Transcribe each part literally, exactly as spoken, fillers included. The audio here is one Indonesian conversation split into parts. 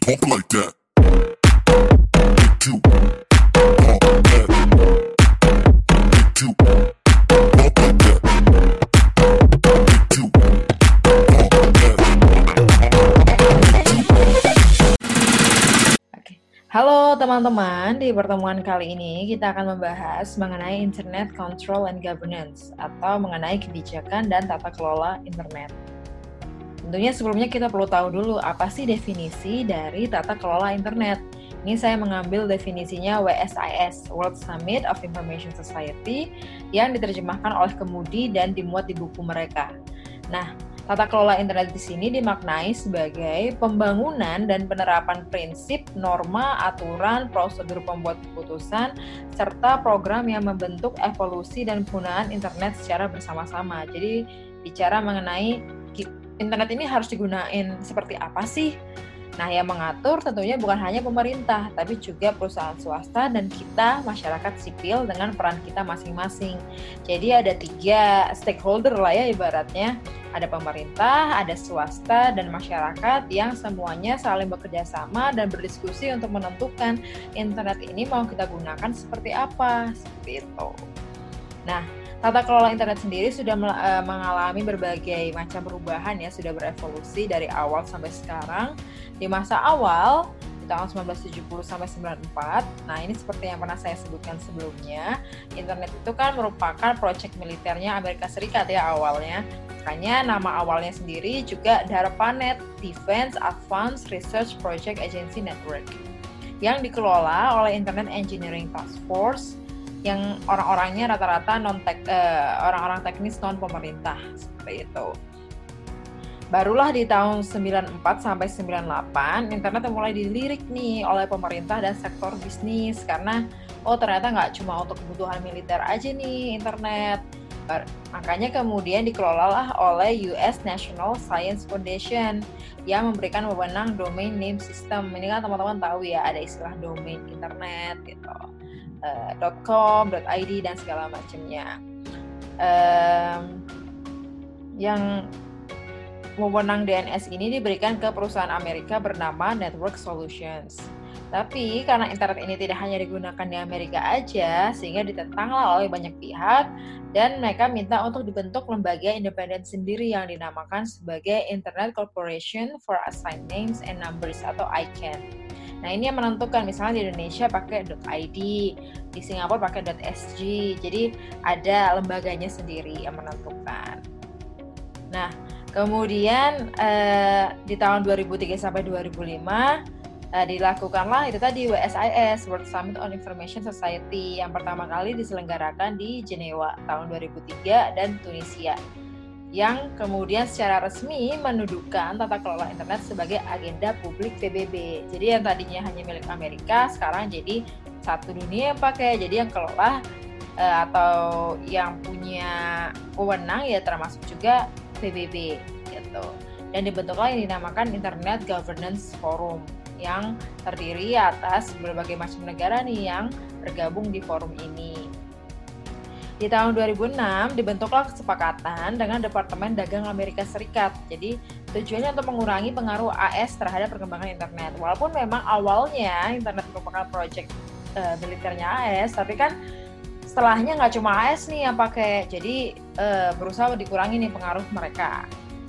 talk like that. Make you talk like that. Make you talk like that. Make you talk like that. Oke. Halo teman-teman, di pertemuan kali ini kita akan membahas mengenai Internet Control and Governance atau mengenai kebijakan dan tata kelola internet. Tentunya sebelumnya kita perlu tahu dulu apa sih definisi dari tata kelola internet. Ini saya mengambil definisinya W S I S, World Summit of Information Society, yang diterjemahkan oleh Kemudi dan dimuat di buku mereka. Nah, tata kelola internet di sini dimaknai sebagai pembangunan dan penerapan prinsip, norma, aturan, prosedur pembuat keputusan, serta program yang membentuk evolusi dan penggunaan internet secara bersama-sama. Jadi, bicara mengenai internet ini harus digunain seperti apa sih? Nah, yang mengatur tentunya bukan hanya pemerintah, tapi juga perusahaan swasta dan kita, masyarakat sipil dengan peran kita masing-masing. Jadi ada tiga stakeholder lah ya ibaratnya. Ada pemerintah, ada swasta, dan masyarakat yang semuanya saling bekerja sama dan berdiskusi untuk menentukan internet ini mau kita gunakan seperti apa, seperti itu. Nah, tata kelola internet sendiri sudah uh, mengalami berbagai macam perubahan ya, sudah berevolusi dari awal sampai sekarang. Di masa awal, di tahun sembilan belas tujuh puluh sampai sembilan puluh empat, nah ini seperti yang pernah saya sebutkan sebelumnya, internet itu kan merupakan proyek militernya Amerika Serikat ya awalnya. Makanya nama awalnya sendiri juga DARPANET, Defense Advanced Research Project Agency Network, yang dikelola oleh Internet Engineering Task Force, yang orang-orangnya rata-rata non tek, uh, orang-orang teknis non pemerintah seperti itu. Barulah di tahun sembilan puluh empat sampai sembilan puluh delapan internet mulai dilirik nih oleh pemerintah dan sektor bisnis karena oh ternyata nggak cuma untuk kebutuhan militer aja nih internet. Makanya kemudian dikelolalah oleh U S National Science Foundation yang memberikan wewenang domain name system. Ini kan teman-teman tahu ya ada istilah domain internet gitu. Uh, .com, .id dan segala macamnya. Um, yang wewenang D N S ini diberikan ke perusahaan Amerika bernama Network Solutions. Tapi karena internet ini tidak hanya digunakan di Amerika aja, sehingga ditentanglah oleh banyak pihak dan mereka minta untuk dibentuk lembaga independen sendiri yang dinamakan sebagai Internet Corporation for Assigned Names and Numbers atau I C A N. Nah, ini yang menentukan, misalnya di Indonesia pakai .id, di Singapura pakai .sg. Jadi ada lembaganya sendiri yang menentukan. Nah, kemudian eh, di tahun dua ribu tiga sampai dua ribu lima eh, dilakukanlah itu tadi W S I S, World Summit on Information Society, yang pertama kali diselenggarakan di Jenewa tahun dua ribu tiga dan Tunisia, yang kemudian secara resmi mendudukan tata kelola internet sebagai agenda publik P B B. Jadi yang tadinya hanya milik Amerika, sekarang jadi satu dunia yang pakai. Jadi yang kelola eh, atau yang punya wewenang ya termasuk juga P B B gitu. Dan dibentuklah yang dinamakan Internet Governance Forum yang terdiri atas berbagai macam negara nih yang bergabung di forum ini. Di tahun dua ribu enam dibentuklah kesepakatan dengan Departemen Dagang Amerika Serikat. Jadi tujuannya untuk mengurangi pengaruh A S terhadap perkembangan internet. Walaupun memang awalnya internet merupakan proyek uh, militernya A S, tapi kan setelahnya nggak cuma A S nih yang pakai. Jadi uh, berusaha dikurangi nih pengaruh mereka.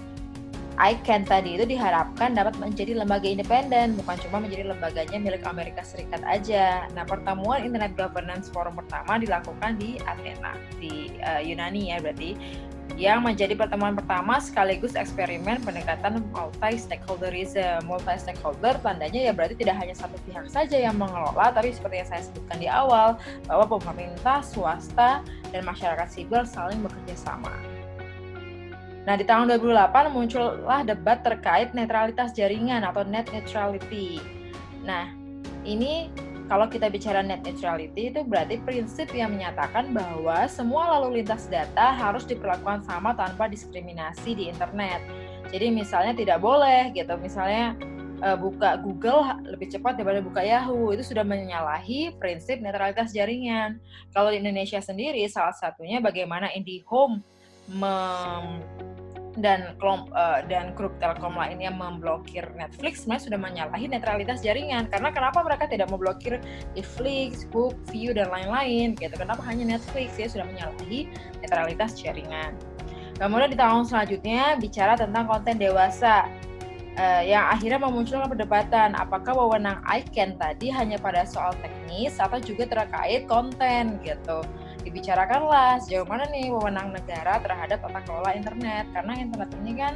I C A N tadi itu diharapkan dapat menjadi lembaga independen, bukan cuma menjadi lembaganya milik Amerika Serikat aja. Nah, pertemuan Internet Governance Forum pertama dilakukan di Athena, di uh, Yunani ya berarti, yang menjadi pertemuan pertama sekaligus eksperimen pendekatan multi-stakeholderism. Multi-stakeholder tandanya ya berarti tidak hanya satu pihak saja yang mengelola, tapi seperti yang saya sebutkan di awal, bahwa pemerintah, swasta, dan masyarakat sipil saling bekerja sama. Nah, di tahun dua ribu delapan muncullah debat terkait netralitas jaringan atau net neutrality. Nah, ini kalau kita bicara net neutrality itu berarti prinsip yang menyatakan bahwa semua lalu lintas data harus diperlakukan sama tanpa diskriminasi di internet. Jadi misalnya tidak boleh gitu, misalnya uh, buka Google lebih cepat daripada buka Yahoo, itu sudah menyalahi prinsip netralitas jaringan. Kalau di Indonesia sendiri salah satunya bagaimana IndiHome mem dan kelom, uh, dan grup Telkom lainnya memblokir Netflix, sebenarnya sudah menyalahi netralitas jaringan. Karena kenapa mereka tidak memblokir Netflix, Book, View dan lain-lain gitu? Kenapa hanya Netflix? Ya sudah menyalahi netralitas jaringan. Kemudian di tahun selanjutnya bicara tentang konten dewasa. Uh, yang akhirnya memunculkan perdebatan apakah wewenang I C A N tadi hanya pada soal teknis atau juga terkait konten gitu. Dibicarakanlah sejauh mana nih wewenang negara terhadap tata kelola internet, karena internet ini kan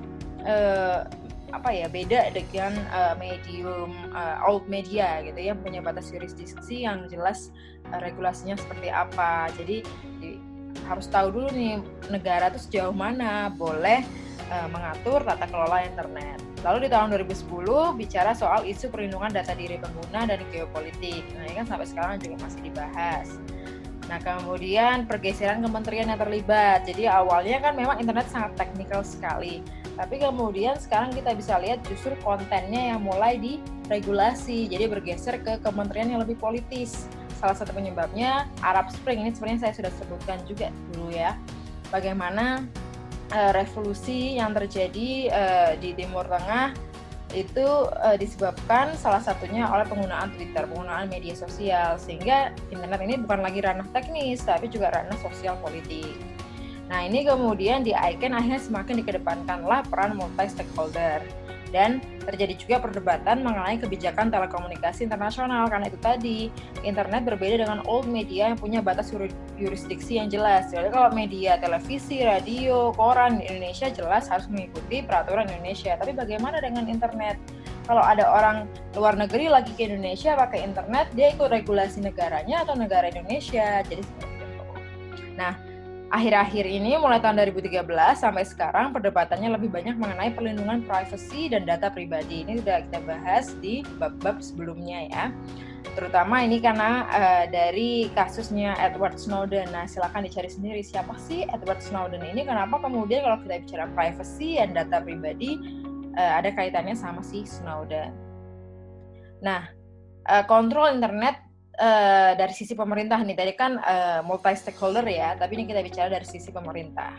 uh, apa ya beda dengan uh, medium uh, old media gitu ya, punya batas jurisdiksi yang jelas, uh, regulasinya seperti apa. Jadi di, harus tahu dulu nih negara tuh sejauh mana boleh mengatur tata kelola internet. Lalu di tahun dua ribu sepuluh bicara soal isu perlindungan data diri pengguna dan geopolitik. Nah ini kan sampai sekarang juga masih dibahas. Nah kemudian pergeseran kementerian yang terlibat. Jadi awalnya kan memang internet sangat teknikal sekali. Tapi kemudian sekarang kita bisa lihat justru kontennya yang mulai diregulasi. Jadi bergeser ke kementerian yang lebih politis. Salah satu penyebabnya Arab Spring. Ini sebenarnya saya sudah sebutkan juga dulu ya. Bagaimana revolusi yang terjadi uh, di Timur Tengah itu uh, disebabkan salah satunya oleh penggunaan Twitter, penggunaan media sosial, sehingga internet ini bukan lagi ranah teknis tapi juga ranah sosial politik. Nah ini kemudian di I C A N akhirnya semakin dikedepankanlah peran multi stakeholder. Dan terjadi juga perdebatan mengenai kebijakan telekomunikasi internasional, karena itu tadi internet berbeda dengan old media yang punya batas jurisdiksi yang jelas. Jadi kalau media televisi, radio, koran di Indonesia jelas harus mengikuti peraturan Indonesia. Tapi bagaimana dengan internet? Kalau ada orang luar negeri lagi ke Indonesia pakai internet, dia ikut regulasi negaranya atau negara Indonesia. Jadi seperti itu. Nah, akhir-akhir ini mulai tahun dua ribu tiga belas sampai sekarang perdebatannya lebih banyak mengenai perlindungan privasi dan data pribadi. Ini sudah kita bahas di bab-bab sebelumnya ya. Terutama ini karena uh, dari kasusnya Edward Snowden. Nah, silakan dicari sendiri siapa sih Edward Snowden ini. Kenapa kemudian kalau kita bicara privasi dan data pribadi uh, ada kaitannya sama si Snowden. Nah, uh, kontrol internet Uh, dari sisi pemerintah nih, tadi kan uh, multi stakeholder ya, tapi ini kita bicara dari sisi pemerintah.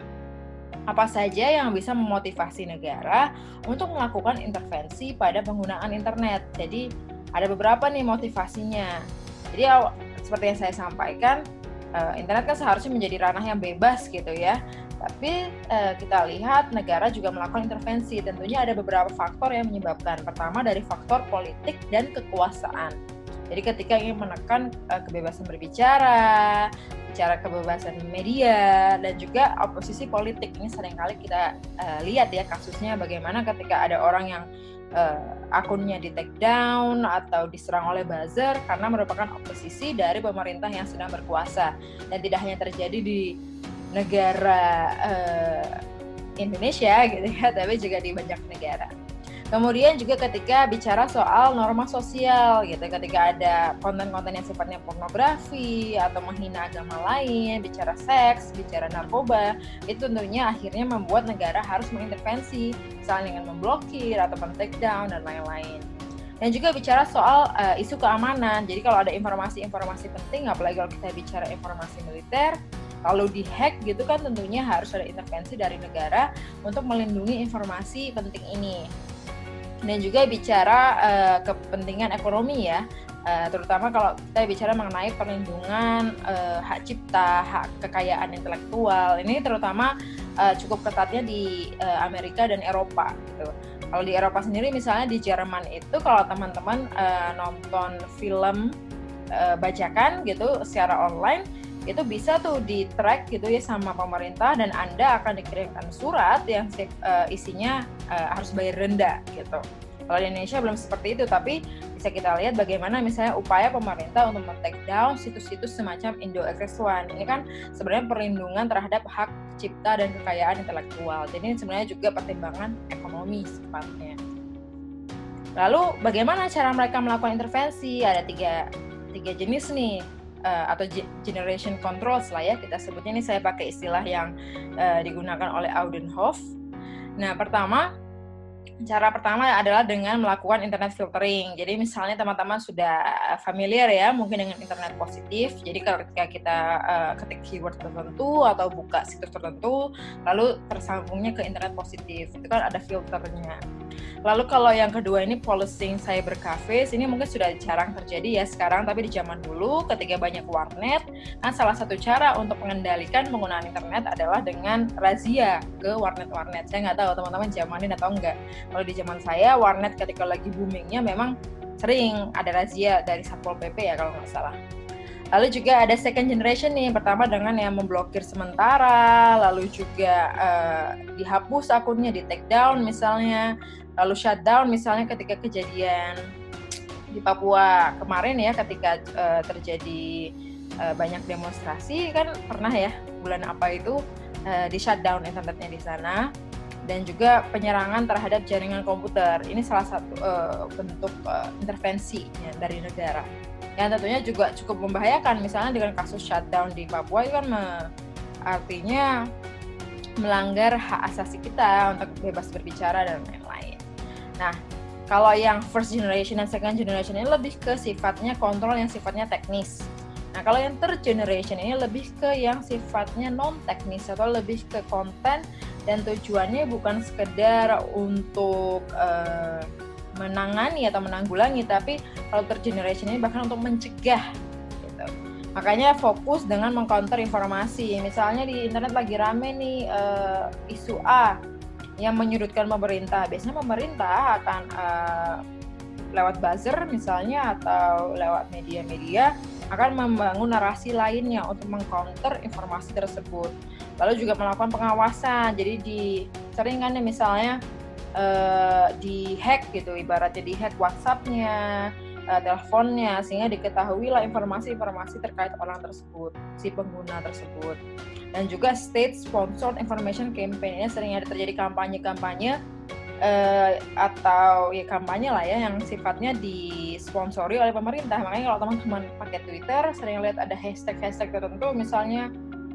Apa saja yang bisa memotivasi negara untuk melakukan intervensi pada penggunaan internet? Jadi ada beberapa nih motivasinya. Jadi seperti yang saya sampaikan, uh, internet kan seharusnya menjadi ranah yang bebas gitu ya. Tapi uh, kita lihat negara juga melakukan intervensi. Tentunya ada beberapa faktor yang menyebabkan. Pertama dari faktor politik dan kekuasaan. Jadi ketika ingin menekan uh, kebebasan berbicara, bicara kebebasan media, dan juga oposisi politik. Ini seringkali kita uh, lihat ya kasusnya bagaimana ketika ada orang yang uh, akunnya di take down atau diserang oleh buzzer karena merupakan oposisi dari pemerintah yang sedang berkuasa. Dan tidak hanya terjadi di negara uh, Indonesia gitu ya, tapi juga di banyak negara. Kemudian juga ketika bicara soal norma sosial gitu, ketika ada konten-konten yang sifatnya pornografi atau menghina agama lain, bicara seks, bicara narkoba, itu tentunya akhirnya membuat negara harus mengintervensi, misalnya dengan memblokir atau men-take down dan lain-lain. Dan juga bicara soal uh, isu keamanan, jadi kalau ada informasi-informasi penting, apalagi kalau kita bicara informasi militer, kalau dihack gitu kan tentunya harus ada intervensi dari negara untuk melindungi informasi penting ini. Dan juga bicara uh, kepentingan ekonomi ya, uh, terutama kalau kita bicara mengenai perlindungan uh, hak cipta, hak kekayaan intelektual. Ini terutama uh, cukup ketatnya di uh, Amerika dan Eropa gitu. Kalau di Eropa sendiri misalnya di Jerman itu kalau teman-teman uh, nonton film uh, bajakan gitu secara online, itu bisa tuh di track gitu ya sama pemerintah, dan Anda akan dikirimkan surat yang uh, isinya uh, harus bayar denda gitu. Kalau di Indonesia belum seperti itu, tapi bisa kita lihat bagaimana misalnya upaya pemerintah untuk men-take down situs-situs semacam Indo X X one. Ini kan sebenarnya perlindungan terhadap hak cipta dan kekayaan intelektual. Jadi ini sebenarnya juga pertimbangan ekonomi sifatnya. Lalu bagaimana cara mereka melakukan intervensi? Ada tiga, tiga jenis nih. Uh, atau generation controls lah ya kita sebutnya. Ini saya pakai istilah yang uh, digunakan oleh Audenhoff. Nah pertama Cara pertama adalah dengan melakukan internet filtering. Jadi misalnya teman-teman sudah familiar ya mungkin dengan internet positif. Jadi ketika kita uh, ketik keyword tertentu atau buka situs tertentu, lalu tersambungnya ke internet positif, itu kan ada filternya. Lalu kalau yang kedua ini policing cyber cafes, ini mungkin sudah jarang terjadi ya sekarang, tapi di zaman dulu ketika banyak warnet, kan salah satu cara untuk mengendalikan penggunaan internet adalah dengan razia ke warnet-warnet. Saya nggak tahu teman-teman zamanin atau enggak. Kalau di zaman saya, warnet ketika lagi boomingnya memang sering ada razia dari Satpol P P ya kalau nggak salah. Lalu juga ada second generation nih, pertama dengan yang memblokir sementara, lalu juga uh, dihapus akunnya, di take down misalnya, lalu shutdown misalnya ketika kejadian di Papua kemarin ya, ketika uh, terjadi uh, banyak demonstrasi kan pernah ya bulan apa itu uh, di shutdown internetnya di sana, dan juga penyerangan terhadap jaringan komputer. Ini salah satu uh, bentuk uh, intervensinya dari negara. Yang tentunya juga cukup membahayakan, misalnya dengan kasus shutdown di Papua itu kan me- artinya melanggar hak asasi kita untuk bebas berbicara dan lain-lain. Nah, kalau yang first generation dan second generation ini lebih ke sifatnya kontrol yang sifatnya teknis. Nah, kalau yang third generation ini lebih ke yang sifatnya non-teknis atau lebih ke konten dan tujuannya bukan sekedar untuk uh, menangani atau menanggulangi, tapi kalau third generation ini bahkan untuk mencegah gitu. Makanya fokus dengan mengcounter informasi. Misalnya di internet lagi rame nih uh, isu A yang menyudutkan pemerintah. Biasanya pemerintah akan uh, lewat buzzer misalnya atau lewat media-media akan membangun narasi lainnya untuk mengcounter informasi tersebut. Lalu juga melakukan pengawasan. Jadi di sering kan misalnya Uh, di hack gitu, ibaratnya di hack WhatsApp-nya, uh, teleponnya, sehingga diketahui lah informasi-informasi terkait orang tersebut, si pengguna tersebut. Dan juga state sponsored information campaign, ini sering ada terjadi kampanye-kampanye uh, atau ya kampanye lah ya yang sifatnya disponsori oleh pemerintah. Makanya kalau teman-teman pakai Twitter sering lihat ada hashtag-hashtag tertentu, misalnya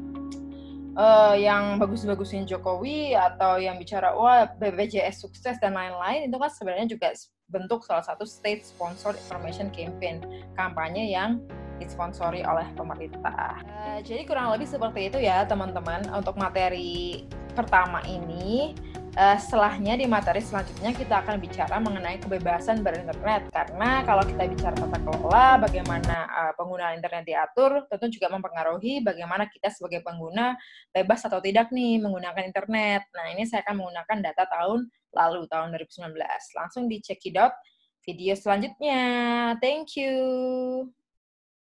Uh, yang bagus-bagusin Jokowi atau yang bicara wah B P J S sukses dan lain-lain, itu kan sebenarnya juga bentuk salah satu state sponsored information campaign, kampanye yang disponsori oleh pemerintah. Uh, jadi kurang lebih seperti itu ya teman-teman untuk materi pertama ini. Uh, setelahnya di materi selanjutnya kita akan bicara mengenai kebebasan berinternet, karena kalau kita bicara tata kelola bagaimana uh, penggunaan internet diatur, tentu juga mempengaruhi bagaimana kita sebagai pengguna bebas atau tidak nih menggunakan internet. Nah, ini saya akan menggunakan data tahun lalu, tahun dua ribu sembilan belas. Langsung dicekidot video selanjutnya. Thank you.